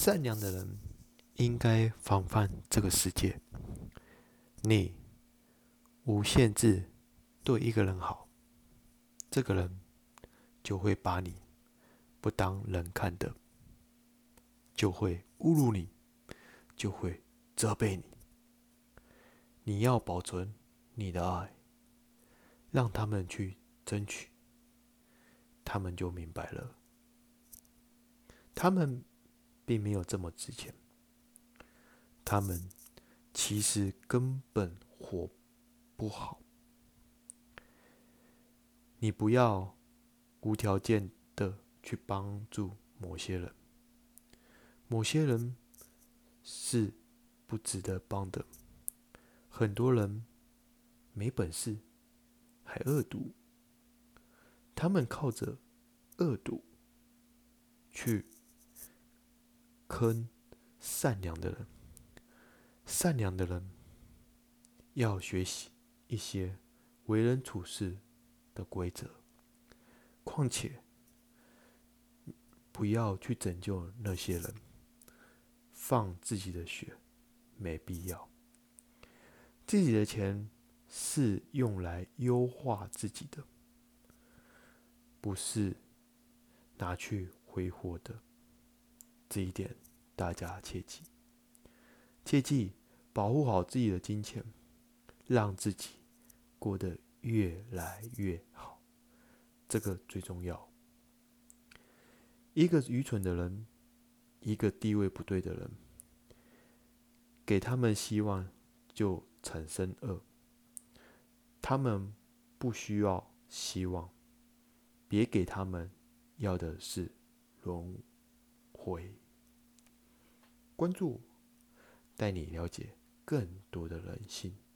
善良的人应该防范这个世界。你无限制对一个人好，这个人就会把你不当人看的，就会侮辱你，就会责备你。你要保存你的爱，让他们去争取，他们就明白了，他们并没有这么值钱，他们其实根本活不好。你不要无条件的去帮助某些人，某些人是不值得帮的。很多人没本事还恶毒，他们靠着恶毒去坑善良的人。善良的人要学习一些为人处事的规则，况且不要去拯救那些人，放自己的血没必要。自己的钱是用来优化自己的，不是拿去挥霍的。这一点大家切记，切记保护好自己的金钱，让自己过得越来越好，这个最重要。一个愚蠢的人，一个地位不对的人，给他们希望就产生恶。他们不需要希望，别给他们，要的是轮回。关注我，带你了解更多的人性。